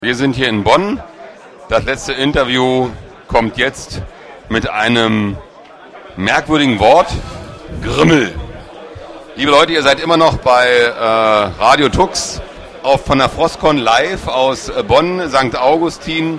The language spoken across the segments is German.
Wir sind hier in Bonn. Das letzte Interview kommt jetzt mit einem merkwürdigen Wort, Grimmel. Liebe Leute, ihr seid immer noch bei Radio Tux von der Frostcon live aus Bonn, St. Augustin.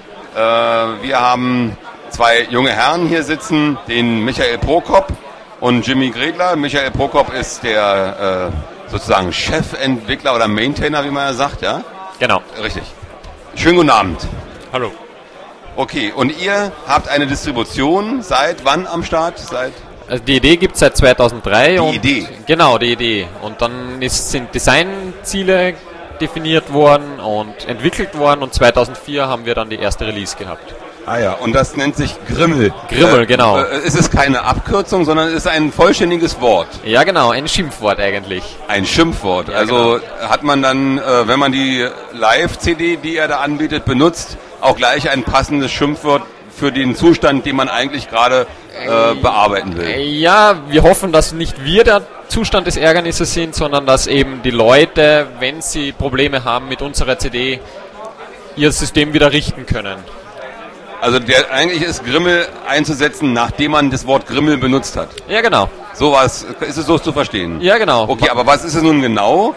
Wir haben zwei junge Herren hier sitzen, den Michael Prokop und Jimmy Gredler. Michael Prokop ist der sozusagen Chefentwickler oder Maintainer, wie man ja sagt, ja? Genau. Richtig. Schönen guten Abend. Hallo. Okay, und ihr habt eine Distribution seit wann am Start? Also die Idee gibt es seit 2003. Die Idee? Genau, die Idee. Und dann sind Designziele definiert worden und entwickelt worden und 2004 haben wir dann die erste Release gehabt. Ah ja, und das nennt sich Grimmel. Grimmel, genau. Es ist keine Abkürzung, sondern es ist ein vollständiges Wort. Ja genau, ein Schimpfwort eigentlich. Ein Schimpfwort. Ja, also genau. Hat man dann, wenn man die Live-CD, die er da anbietet, benutzt, auch gleich ein passendes Schimpfwort für den Zustand, den man eigentlich gerade bearbeiten will. Ja, wir hoffen, dass nicht wir der Zustand des Ärgernisses sind, sondern dass eben die Leute, wenn sie Probleme haben mit unserer CD, ihr System wieder richten können. Also eigentlich ist Grimmel einzusetzen, nachdem man das Wort Grimmel benutzt hat. Ja, genau. Sowas, ist es so zu verstehen? Ja, genau. Okay, aber was ist es nun genau?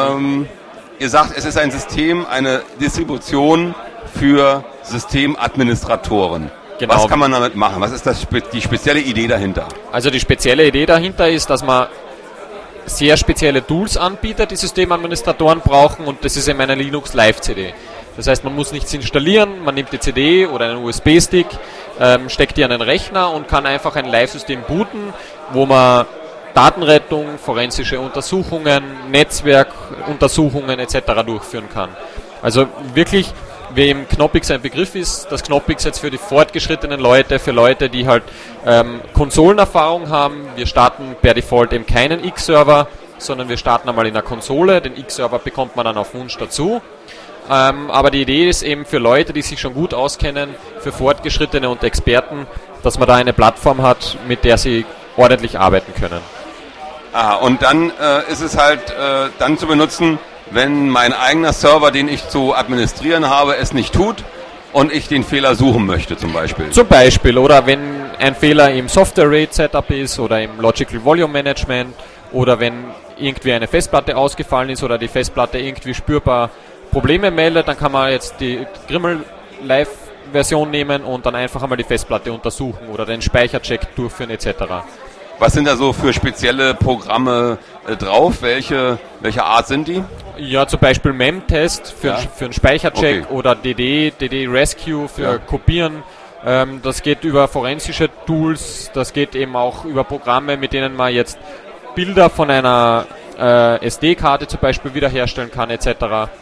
Ihr sagt, es ist ein System, eine Distribution für Systemadministratoren. Genau. Was kann man damit machen? Was ist die spezielle Idee dahinter? Also die spezielle Idee dahinter ist, dass man sehr spezielle Tools anbietet, die Systemadministratoren brauchen, und das ist eben eine Linux Live-CD. Das heißt, man muss nichts installieren, man nimmt die CD oder einen USB-Stick, steckt die an den Rechner und kann einfach ein Live-System booten, wo man Datenrettung, forensische Untersuchungen, Netzwerkuntersuchungen etc. durchführen kann. Also wirklich, wem Knoppix ein Begriff ist, das Knoppix jetzt für die fortgeschrittenen Leute, für Leute, die halt Konsolenerfahrung haben. Wir starten per Default eben keinen X-Server, sondern wir starten einmal in der Konsole. Den X-Server bekommt man dann auf Wunsch dazu. Aber die Idee ist eben für Leute, die sich schon gut auskennen, für Fortgeschrittene und Experten, dass man da eine Plattform hat, mit der sie ordentlich arbeiten können. Aha, und dann ist es halt dann zu benutzen, wenn mein eigener Server, den ich zu administrieren habe, es nicht tut und ich den Fehler suchen möchte zum Beispiel. Zum Beispiel, oder wenn ein Fehler im Software-RAID-Setup ist oder im Logical Volume Management oder wenn irgendwie eine Festplatte ausgefallen ist oder die Festplatte irgendwie spürbar Probleme meldet, dann kann man jetzt die Grimmel Live-Version nehmen und dann einfach einmal die Festplatte untersuchen oder den Speichercheck durchführen etc. Was sind da so für spezielle Programme drauf? Welche Art sind die? Ja, zum Beispiel Memtest für einen Speichercheck, okay, oder DD Rescue für Kopieren. Das geht über forensische Tools, das geht eben auch über Programme, mit denen man jetzt Bilder von einer SD-Karte zum Beispiel wiederherstellen kann etc.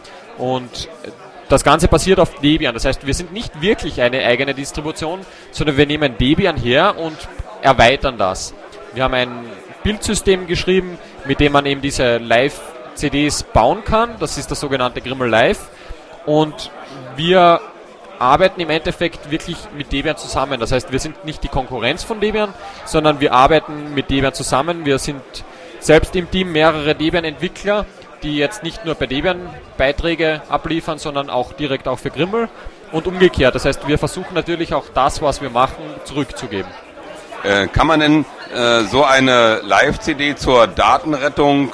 Und das Ganze basiert auf Debian. Das heißt, wir sind nicht wirklich eine eigene Distribution, sondern wir nehmen Debian her und erweitern das. Wir haben ein Bildsystem geschrieben, mit dem man eben diese Live-CDs bauen kann. Das ist das sogenannte Grimmel Live. Und wir arbeiten im Endeffekt wirklich mit Debian zusammen. Das heißt, wir sind nicht die Konkurrenz von Debian, sondern wir arbeiten mit Debian zusammen. Wir sind selbst im Team mehrere Debian-Entwickler, die jetzt nicht nur bei Debian Beiträge abliefern, sondern auch direkt auch für Grimmel und umgekehrt. Das heißt, wir versuchen natürlich auch das, was wir machen, zurückzugeben. Kann man denn so eine Live-CD zur Datenrettung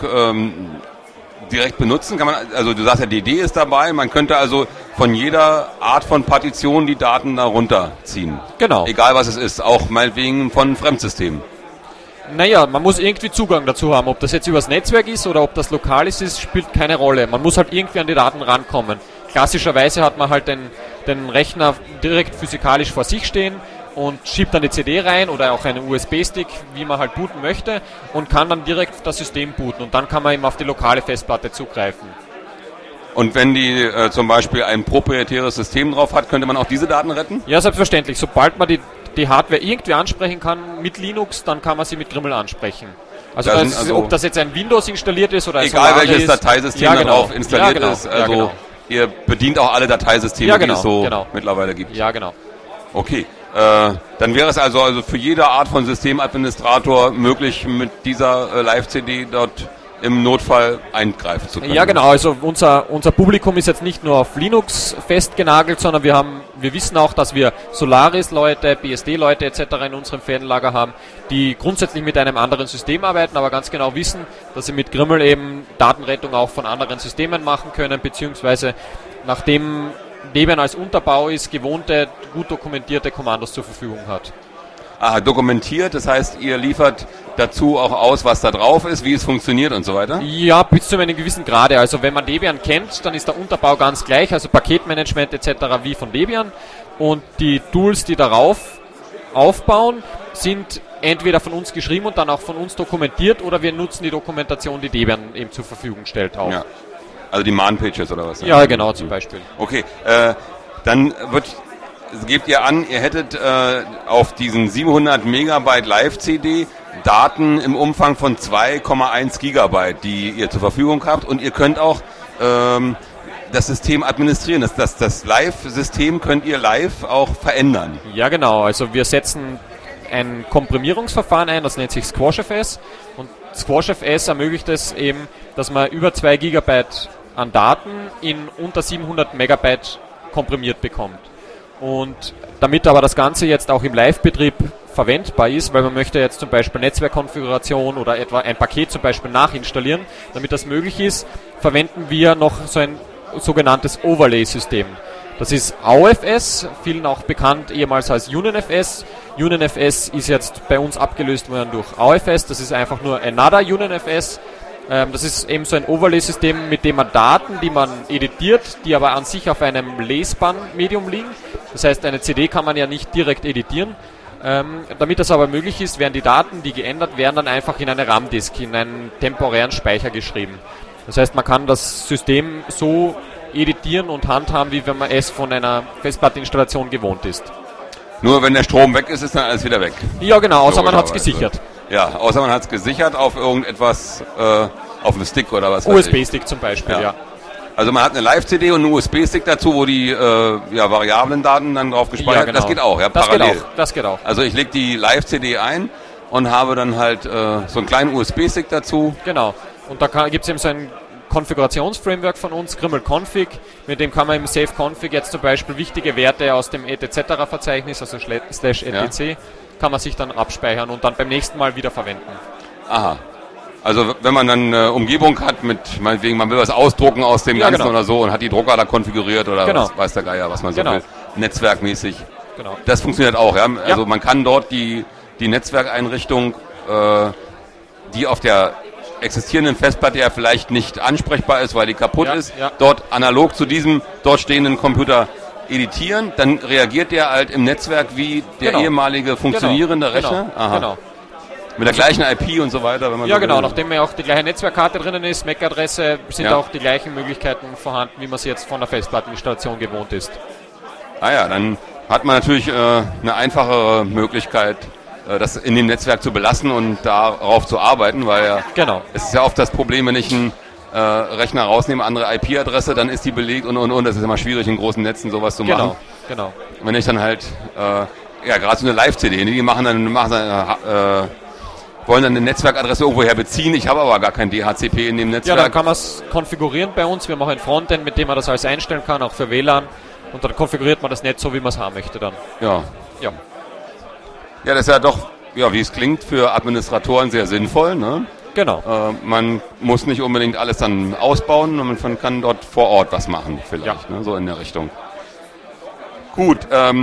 direkt benutzen? Also du sagst ja, die Idee ist dabei, man könnte also von jeder Art von Partition die Daten da runterziehen. Genau. Egal was es ist, auch meinetwegen von Fremdsystemen. Naja, man muss irgendwie Zugang dazu haben. Ob das jetzt übers Netzwerk ist oder ob das lokal ist, spielt keine Rolle. Man muss halt irgendwie an die Daten rankommen. Klassischerweise hat man halt den Rechner direkt physikalisch vor sich stehen und schiebt dann die CD rein oder auch einen USB-Stick, wie man halt booten möchte, und kann dann direkt das System booten. Und dann kann man eben auf die lokale Festplatte zugreifen. Und wenn die zum Beispiel ein proprietäres System drauf hat, könnte man auch diese Daten retten? Ja, selbstverständlich. Sobald man die Hardware irgendwie ansprechen kann mit Linux, dann kann man sie mit Grimmel ansprechen. Also, ob das jetzt ein Windows installiert ist oder ein egal welches Dateisystem darauf installiert ist. Also ihr bedient auch alle Dateisysteme, die es so mittlerweile gibt. Ja, genau. Okay. Dann wäre es also für jede Art von Systemadministrator möglich, mit dieser Live-CD dort im Notfall eingreifen zu können. Ja, genau. Also unser Publikum ist jetzt nicht nur auf Linux festgenagelt, sondern wir wissen auch, dass wir Solaris-Leute, BSD-Leute etc. in unserem Ferienlager haben, die grundsätzlich mit einem anderen System arbeiten, aber ganz genau wissen, dass sie mit Grimmel eben Datenrettung auch von anderen Systemen machen können, beziehungsweise nachdem Debian als Unterbau ist, gewohnte, gut dokumentierte Kommandos zur Verfügung hat. Aha, dokumentiert, das heißt, ihr liefert dazu auch aus, was da drauf ist, wie es funktioniert und so weiter? Ja, bis zu einem gewissen Grade. Also wenn man Debian kennt, dann ist der Unterbau ganz gleich, also Paketmanagement etc. wie von Debian. Und die Tools, die darauf aufbauen, sind entweder von uns geschrieben und dann auch von uns dokumentiert, oder wir nutzen die Dokumentation, die Debian eben zur Verfügung stellt auch. Ja. Also die Man-Pages oder was? Ja, genau, zum Beispiel. Okay, dann gebt ihr an, ihr hättet auf diesen 700 Megabyte Live-CD Daten im Umfang von 2,1 Gigabyte, die ihr zur Verfügung habt, und ihr könnt auch das System administrieren. Das Live-System könnt ihr live auch verändern. Ja, genau. Also wir setzen ein Komprimierungsverfahren ein, das nennt sich SquashFS, und SquashFS ermöglicht es eben, dass man über 2 Gigabyte an Daten in unter 700 Megabyte komprimiert bekommt. Und damit aber das Ganze jetzt auch im Live-Betrieb verwendbar ist, weil man möchte jetzt zum Beispiel Netzwerkkonfiguration oder etwa ein Paket zum Beispiel nachinstallieren, damit das möglich ist, verwenden wir noch so ein sogenanntes Overlay-System. Das ist AOFS, vielen auch bekannt ehemals als UnionFS. UnionFS ist jetzt bei uns abgelöst worden durch AOFS, das ist einfach nur Another UnionFS. Das ist eben so ein Overlay-System, mit dem man Daten, die man editiert, die aber an sich auf einem lesbaren Medium liegen. Das heißt, eine CD kann man ja nicht direkt editieren. Damit das aber möglich ist, werden die Daten, die geändert werden, dann einfach in eine RAM-Disk, in einen temporären Speicher geschrieben. Das heißt, man kann das System so editieren und handhaben, wie wenn man es von einer Festplatteninstallation gewohnt ist. Nur wenn der Strom weg ist, ist dann alles wieder weg. Ja, genau, außer man hat es gesichert. Ja, außer man hat es gesichert auf irgendetwas, auf einem Stick oder was. USB-Stick zum Beispiel, ja. Also man hat eine Live-CD und einen USB-Stick dazu, wo die variablen Daten dann drauf gespeichert werden. Ja, genau. Das geht auch, ja, parallel. Das geht auch. Also ich lege die Live-CD ein und habe dann halt so einen kleinen USB-Stick dazu. Genau. Und da gibt es eben so ein Konfigurationsframework von uns, Grimmel Config, mit dem kann man im Safe Config jetzt zum Beispiel wichtige Werte aus dem etc-Verzeichnis, also /etc, kann man sich dann abspeichern und dann beim nächsten Mal wieder verwenden. Aha. Also wenn man dann eine Umgebung hat mit, meinetwegen, man will was ausdrucken aus dem Ganzen oder so und hat die Drucker da konfiguriert oder was weiß der Geier, was man so will, netzwerkmäßig. Genau. Das funktioniert auch, ja. Also man kann dort die Netzwerkeinrichtung, die auf der existierenden Festplatte ja vielleicht nicht ansprechbar ist, weil die kaputt ist, dort analog zu diesem dort stehenden Computer editieren, dann reagiert der halt im Netzwerk wie der ehemalige funktionierende Rechner. Genau. Mit der gleichen IP und so weiter. Wenn man so will. Nachdem ja auch die gleiche Netzwerkkarte drinnen ist, MAC-Adresse, sind auch die gleichen Möglichkeiten vorhanden, wie man sie jetzt von der Festplatteninstallation gewohnt ist. Ah ja, dann hat man natürlich eine einfachere Möglichkeit, das in dem Netzwerk zu belassen und darauf zu arbeiten, weil es ist ja oft das Problem, wenn ich einen Rechner rausnehme, andere IP-Adresse, dann ist die belegt und. Das ist immer schwierig, in großen Netzen sowas zu machen. Genau. Wenn ich dann halt, gerade so eine Live-CD, die wollen dann eine Netzwerkadresse irgendwoher beziehen. Ich habe aber gar kein DHCP in dem Netzwerk. Ja, dann kann man es konfigurieren bei uns. Wir machen ein Frontend, mit dem man das alles einstellen kann, auch für WLAN. Und dann konfiguriert man das Netz so, wie man es haben möchte dann. Ja, das ist ja doch, wie es klingt, für Administratoren sehr sinnvoll, ne? Genau. Man muss nicht unbedingt alles dann ausbauen, man kann dort vor Ort was machen vielleicht, ne? So in der Richtung. Gut,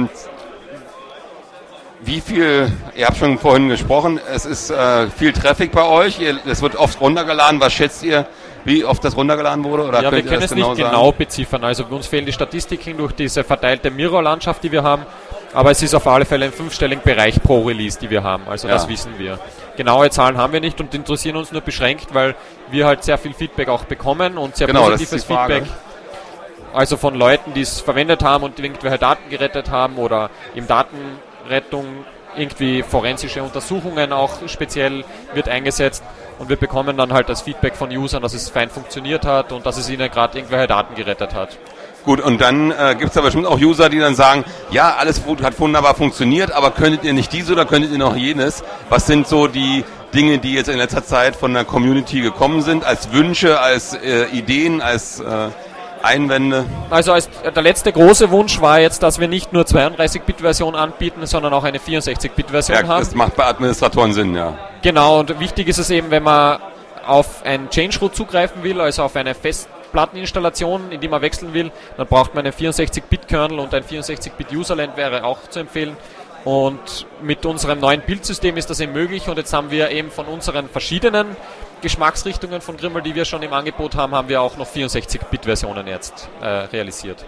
wie viel, ihr habt schon vorhin gesprochen, es ist viel Traffic bei euch, es wird oft runtergeladen. Was schätzt ihr, wie oft das runtergeladen wurde? Oder wir können es nicht genau beziffern. Also uns fehlen die Statistiken durch diese verteilte Mirror-Landschaft, die wir haben. Aber es ist auf alle Fälle ein 5-stelligen Bereich pro Release, die wir haben. Also das wissen wir. Genaue Zahlen haben wir nicht und interessieren uns nur beschränkt, weil wir halt sehr viel Feedback auch bekommen und sehr positives Feedback. Also von Leuten, die es verwendet haben und irgendwelche Daten gerettet haben oder im Datenrettung irgendwie forensische Untersuchungen auch speziell wird eingesetzt und wir bekommen dann halt das Feedback von Usern, dass es fein funktioniert hat und dass es ihnen gerade irgendwelche Daten gerettet hat. Gut, und dann gibt es da bestimmt auch User, die dann sagen, ja, alles hat wunderbar funktioniert, aber könntet ihr nicht dies oder könntet ihr noch jenes? Was sind so die Dinge, die jetzt in letzter Zeit von der Community gekommen sind, als Wünsche, als Ideen, als Einwände? Also der letzte große Wunsch war jetzt, dass wir nicht nur 32-Bit-Version anbieten, sondern auch eine 64-Bit-Version haben. Das macht bei Administratoren Sinn, ja. Genau, und wichtig ist es eben, wenn man auf ein Change-Root zugreifen will, also auf eine Festplatteninstallation, in die man wechseln will, dann braucht man einen 64-Bit-Kernel und ein 64-Bit-Userland wäre auch zu empfehlen. Und mit unserem neuen Bildsystem ist das eben möglich, und jetzt haben wir eben von unseren verschiedenen Geschmacksrichtungen von Grimmel, die wir schon im Angebot haben, haben wir auch noch 64-Bit-Versionen jetzt realisiert.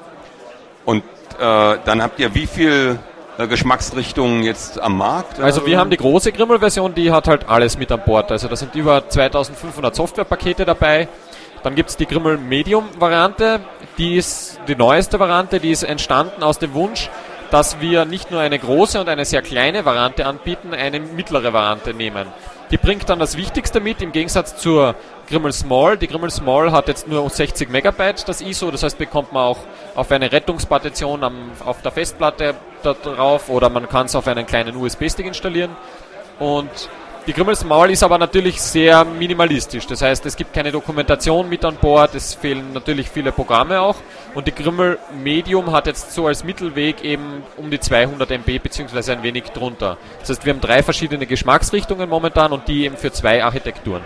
Und dann habt ihr wie viel Geschmacksrichtungen jetzt am Markt? Also wir haben die große Grimmel-Version, die hat halt alles mit an Bord. Also da sind über 2500 Softwarepakete dabei. Dann gibt es die Grimmel Medium-Variante, die ist die neueste Variante, die ist entstanden aus dem Wunsch, dass wir nicht nur eine große und eine sehr kleine Variante anbieten, eine mittlere Variante nehmen. Die bringt dann das Wichtigste mit, im Gegensatz zur Grimmel Small. Die Grimmel Small hat jetzt nur 60 Megabyte, das ISO, das heißt, bekommt man auch auf eine Rettungspartition auf der Festplatte da drauf, oder man kann es auf einen kleinen USB-Stick installieren. Und die Grimmel Small ist aber natürlich sehr minimalistisch, das heißt, es gibt keine Dokumentation mit an Bord, es fehlen natürlich viele Programme auch, und die Grimmel Medium hat jetzt so als Mittelweg eben um die 200 MB beziehungsweise ein wenig drunter. Das heißt, wir haben 3 verschiedene Geschmacksrichtungen momentan und die eben für 2 Architekturen.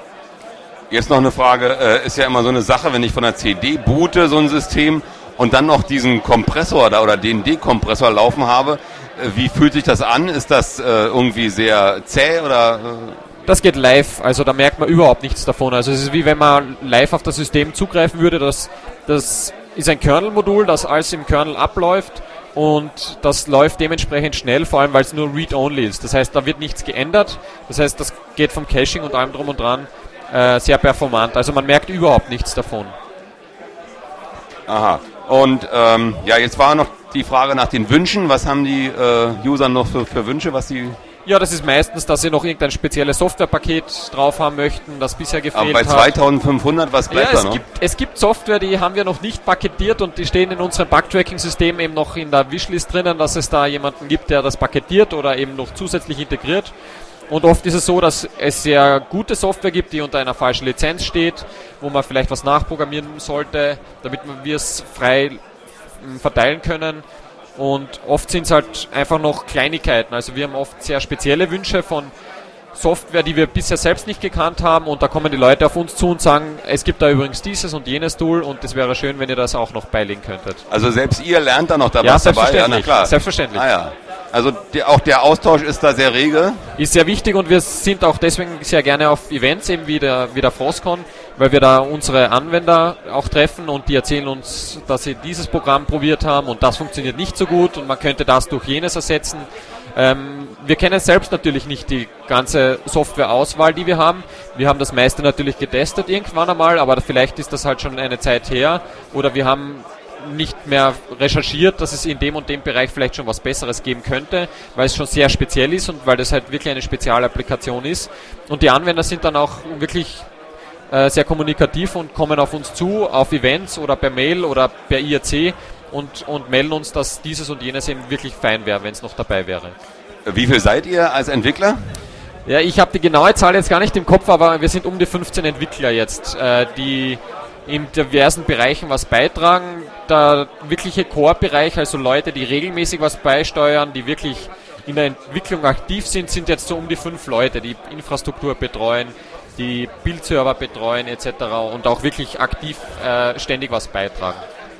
Jetzt noch eine Frage, ist ja immer so eine Sache, wenn ich von der CD boote, so ein System, und dann noch diesen Kompressor da oder den Dekompressor laufen habe, wie fühlt sich das an? Ist das irgendwie sehr zäh oder? Das geht live, also da merkt man überhaupt nichts davon. Also es ist wie wenn man live auf das System zugreifen würde. Das ist ein Kernel-Modul, das alles im Kernel abläuft, und das läuft dementsprechend schnell, vor allem weil es nur Read-Only ist. Das heißt, da wird nichts geändert. Das heißt, das geht vom Caching und allem drum und dran sehr performant. Also man merkt überhaupt nichts davon. Aha. Und ja, jetzt war noch die Frage nach den Wünschen. Was haben die User noch für Wünsche, was sie... Ja, das ist meistens, dass sie noch irgendein spezielles Softwarepaket drauf haben möchten, das bisher gefehlt hat. Aber bei 2500, was bleibt da noch? Es gibt Software, die haben wir noch nicht paketiert, und die stehen in unserem Bugtracking-System eben noch in der Wishlist drinnen, dass es da jemanden gibt, der das paketiert oder eben noch zusätzlich integriert. Und oft ist es so, dass es sehr gute Software gibt, die unter einer falschen Lizenz steht, wo man vielleicht was nachprogrammieren sollte, damit wir es frei verteilen können. Und oft sind es halt einfach noch Kleinigkeiten. Also wir haben oft sehr spezielle Wünsche von Software, die wir bisher selbst nicht gekannt haben, und da kommen die Leute auf uns zu und sagen, es gibt da übrigens dieses und jenes Tool, und es wäre schön, wenn ihr das auch noch beilegen könntet. Also selbst ihr lernt da noch dabei? Ja, selbstverständlich. Ja, na klar. Selbstverständlich. Ah, ja. Also auch der Austausch ist da sehr rege? Ist sehr wichtig, und wir sind auch deswegen sehr gerne auf Events, eben wie der Frostcon, weil wir da unsere Anwender auch treffen, und die erzählen uns, dass sie dieses Programm probiert haben und das funktioniert nicht so gut und man könnte das durch jenes ersetzen. Wir kennen selbst natürlich nicht die ganze Softwareauswahl, die wir haben. Wir haben das meiste natürlich getestet irgendwann einmal, aber vielleicht ist das halt schon eine Zeit her, oder wir haben nicht mehr recherchiert, dass es in dem und dem Bereich vielleicht schon was Besseres geben könnte, weil es schon sehr speziell ist und weil das halt wirklich eine Spezialapplikation ist. Und die Anwender sind dann auch wirklich sehr kommunikativ und kommen auf uns zu, auf Events oder per Mail oder per IRC, und melden uns, dass dieses und jenes eben wirklich fein wäre, wenn es noch dabei wäre. Wie viel seid ihr als Entwickler? Ja, ich habe die genaue Zahl jetzt gar nicht im Kopf, aber wir sind um die 15 Entwickler jetzt, die in diversen Bereichen was beitragen. Der wirkliche Core-Bereich, also Leute, die regelmäßig was beisteuern, die wirklich in der Entwicklung aktiv sind, sind jetzt so um die 5 Leute, die Infrastruktur betreuen, die Bildserver betreuen etc. und auch wirklich aktiv ständig was beitragen.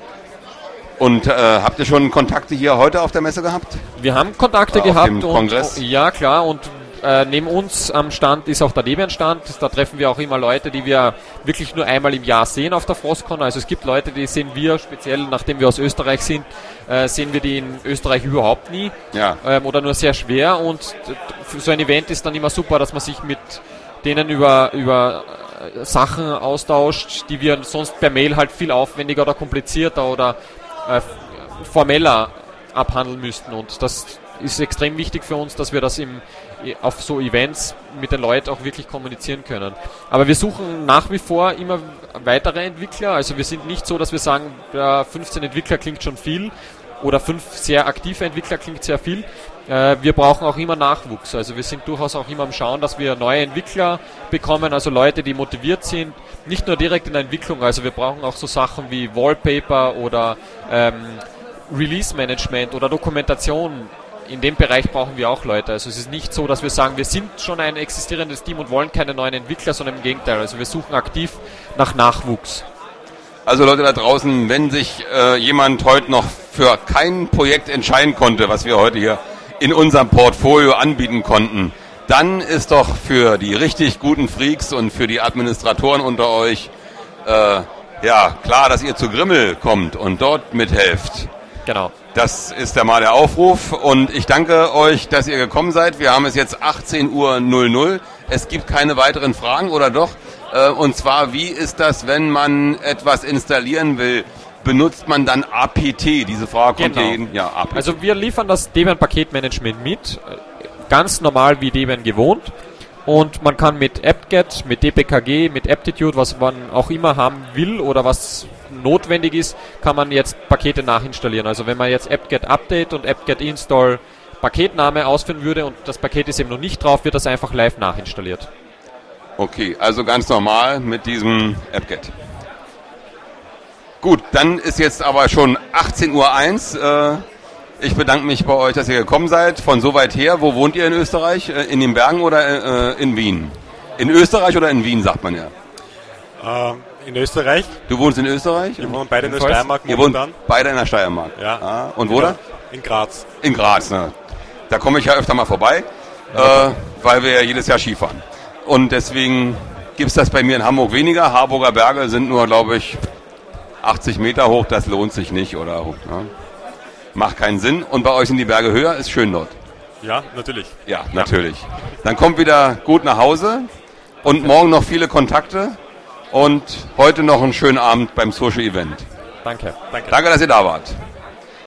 Und habt ihr schon Kontakte hier heute auf der Messe gehabt? Wir haben Kontakte gehabt. Auf dem Kongress? Ja, klar, und neben uns am Stand ist auch der Debian-Stand. Da treffen wir auch immer Leute, die wir wirklich nur einmal im Jahr sehen auf der Frostcon. Also es gibt Leute, die sehen wir, speziell nachdem wir aus Österreich sind, sehen wir die in Österreich überhaupt nie, ja. Oder nur sehr schwer. Und für so ein Event ist dann immer super, dass man sich mit denen über Sachen austauscht, die wir sonst per Mail halt viel aufwendiger oder komplizierter oder formeller abhandeln müssten. Und das ist extrem wichtig für uns, dass wir das auf so Events mit den Leuten auch wirklich kommunizieren können. Aber wir suchen nach wie vor immer weitere Entwickler. Also wir sind nicht so, dass wir sagen, 15 Entwickler klingt schon viel oder 5 sehr aktive Entwickler klingt sehr viel. Wir brauchen auch immer Nachwuchs. Also wir sind durchaus auch immer am Schauen, dass wir neue Entwickler bekommen, also Leute, die motiviert sind, nicht nur direkt in der Entwicklung. Also wir brauchen auch so Sachen wie Wallpaper oder Release-Management oder Dokumentation. In dem Bereich brauchen wir auch Leute. Also es ist nicht so, dass wir sagen, wir sind schon ein existierendes Team und wollen keine neuen Entwickler, sondern im Gegenteil. Also wir suchen aktiv nach Nachwuchs. Also Leute da draußen, wenn sich jemand heute noch für kein Projekt entscheiden konnte, was wir heute hier in unserem Portfolio anbieten konnten, dann ist doch für die richtig guten Freaks und für die Administratoren unter euch klar, dass ihr zu Grimmel kommt und dort mithelft. Genau. Das ist mal der Aufruf und ich danke euch, dass ihr gekommen seid. Wir haben es jetzt 18:00 Uhr. Es gibt keine weiteren Fragen, oder doch? Und zwar, wie ist das, wenn man etwas installieren will? Benutzt man dann APT? Diese Frage kommt genau. hier. Ja, APT. Also wir liefern das Debian Paketmanagement mit, ganz normal wie Debian gewohnt. Und man kann mit apt-get, mit dpkg, mit aptitude, was man auch immer haben will oder was notwendig ist, kann man jetzt Pakete nachinstallieren. Also wenn man jetzt apt-get update und apt-get install Paketname ausführen würde und das Paket ist eben noch nicht drauf, wird das einfach live nachinstalliert. Okay, also ganz normal mit diesem apt-get. Gut, dann ist jetzt aber schon 18:01 Uhr. Ich bedanke mich bei euch, dass ihr gekommen seid. Von so weit her, wo wohnt ihr in Österreich? In den Bergen oder in Wien? In Österreich oder in Wien, sagt man ja. In Österreich. Du wohnst in Österreich? Wir wohnen beide in der Steiermark. Ihr wohnt beide in der Steiermark? Ja. Ah, und wo da? In Graz. In Graz, ne? Da komme ich ja öfter mal vorbei, weil wir ja jedes Jahr Skifahren. Und deswegen gibt es das bei mir in Hamburg weniger. Harburger Berge sind nur, glaube ich, 80 Meter hoch. Das lohnt sich nicht, oder? Ja. Macht keinen Sinn. Und bei euch sind die Berge höher, ist schön dort. Ja, natürlich. Ja, natürlich. Dann kommt wieder gut nach Hause und morgen noch viele Kontakte und heute noch einen schönen Abend beim Social Event. Danke. Danke, dass ihr da wart.